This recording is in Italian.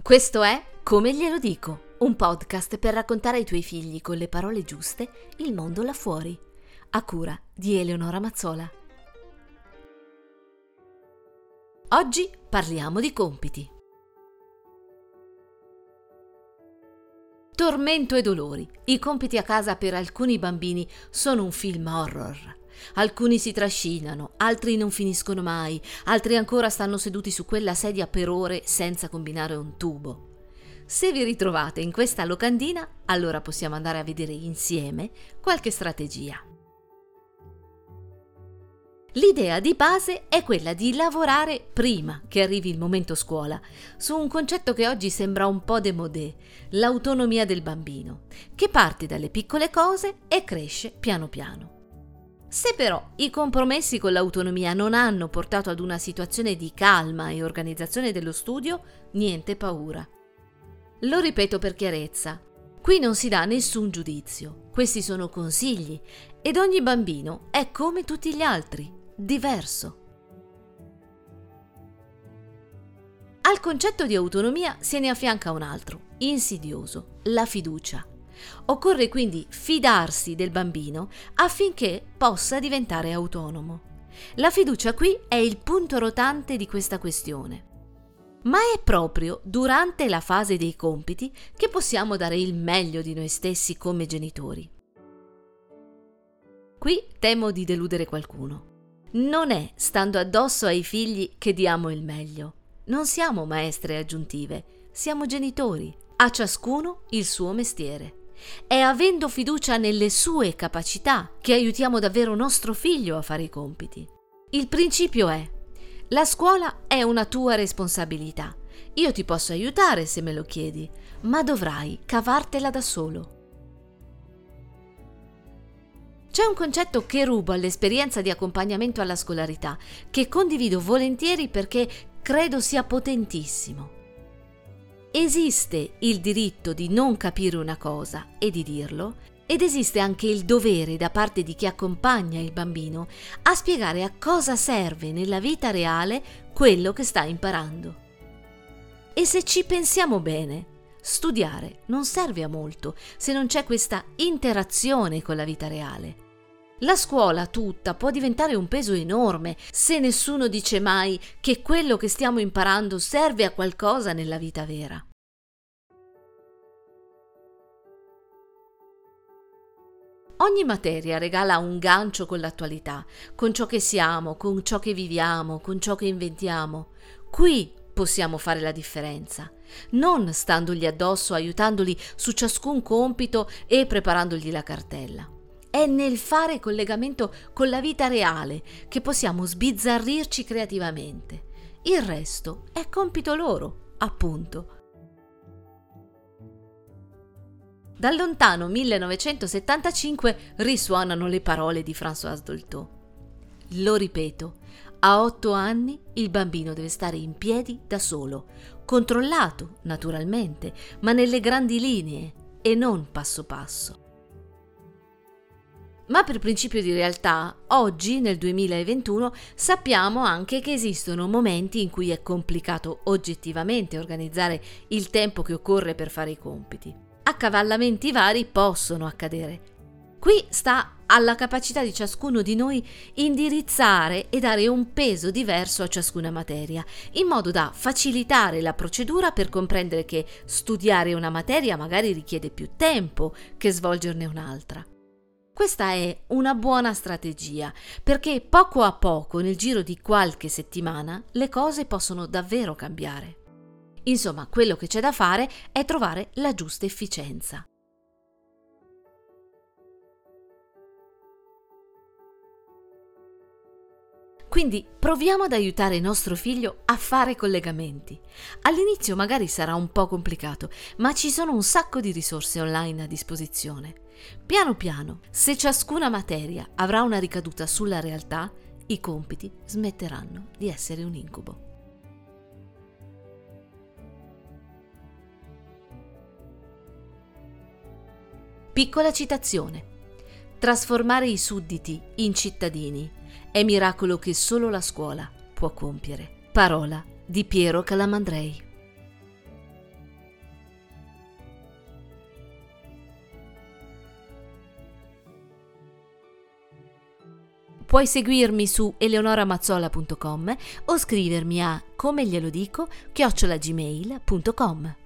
Questo è Come glielo dico, un podcast per raccontare ai tuoi figli con le parole giuste il mondo là fuori, a cura di Eleonora Mazzola. Oggi parliamo di compiti. Tormento e dolori. I compiti a casa per alcuni bambini sono un film horror. Alcuni si trascinano, altri non finiscono mai, altri ancora stanno seduti su quella sedia per ore senza combinare un tubo. Se vi ritrovate in questa locandina, allora possiamo andare a vedere insieme qualche strategia. L'idea di base è quella di lavorare prima che arrivi il momento scuola, su un concetto che oggi sembra un po' démodé, l'autonomia del bambino, che parte dalle piccole cose e cresce piano piano. Se però i compromessi con l'autonomia non hanno portato ad una situazione di calma e organizzazione dello studio, niente paura. Lo ripeto per chiarezza, qui non si dà nessun giudizio, questi sono consigli ed ogni bambino è come tutti gli altri, diverso. Al concetto di autonomia se ne affianca un altro, insidioso, la fiducia. Occorre quindi fidarsi del bambino affinché possa diventare autonomo. La fiducia qui è il punto rotante di questa questione. Ma è proprio durante la fase dei compiti che possiamo dare il meglio di noi stessi come genitori. Qui temo di deludere qualcuno. Non è stando addosso ai figli che diamo il meglio. Non siamo maestre aggiuntive, siamo genitori, a ciascuno il suo mestiere. È avendo fiducia nelle sue capacità che aiutiamo davvero nostro figlio a fare i compiti. Il principio è: la scuola è una tua responsabilità. Io ti posso aiutare se me lo chiedi, ma dovrai cavartela da solo. C'è un concetto che rubo all'esperienza di accompagnamento alla scolarità, che condivido volentieri perché credo sia potentissimo. Esiste il diritto di non capire una cosa e di dirlo, ed esiste anche il dovere da parte di chi accompagna il bambino a spiegare a cosa serve nella vita reale quello che sta imparando. E se ci pensiamo bene, studiare non serve a molto se non c'è questa interazione con la vita reale. La scuola tutta può diventare un peso enorme se nessuno dice mai che quello che stiamo imparando serve a qualcosa nella vita vera. Ogni materia regala un gancio con l'attualità, con ciò che siamo, con ciò che viviamo, con ciò che inventiamo. Qui possiamo fare la differenza, non standogli addosso, aiutandoli su ciascun compito e preparandogli la cartella. È nel fare collegamento con la vita reale che possiamo sbizzarrirci creativamente. Il resto è compito loro, appunto. Dal lontano 1975 risuonano le parole di Françoise Dolto. Lo ripeto, a 8 anni il bambino deve stare in piedi da solo, controllato naturalmente, ma nelle grandi linee e non passo passo. Ma per principio di realtà, oggi nel 2021 sappiamo anche che esistono momenti in cui è complicato oggettivamente organizzare il tempo che occorre per fare i compiti. Accavallamenti vari possono accadere. Qui sta alla capacità di ciascuno di noi indirizzare e dare un peso diverso a ciascuna materia, in modo da facilitare la procedura per comprendere che studiare una materia magari richiede più tempo che svolgerne un'altra. Questa è una buona strategia, perché poco a poco, nel giro di qualche settimana, le cose possono davvero cambiare. Insomma, quello che c'è da fare è trovare la giusta efficienza. Quindi proviamo ad aiutare nostro figlio a fare collegamenti. All'inizio magari sarà un po' complicato, ma ci sono un sacco di risorse online a disposizione. Piano piano, se ciascuna materia avrà una ricaduta sulla realtà, i compiti smetteranno di essere un incubo. Piccola citazione. Trasformare i sudditi in cittadini è miracolo che solo la scuola può compiere. Parola di Piero Calamandrei. Puoi seguirmi su eleonoramazzola.com o scrivermi a come glielo dico @gmail.com.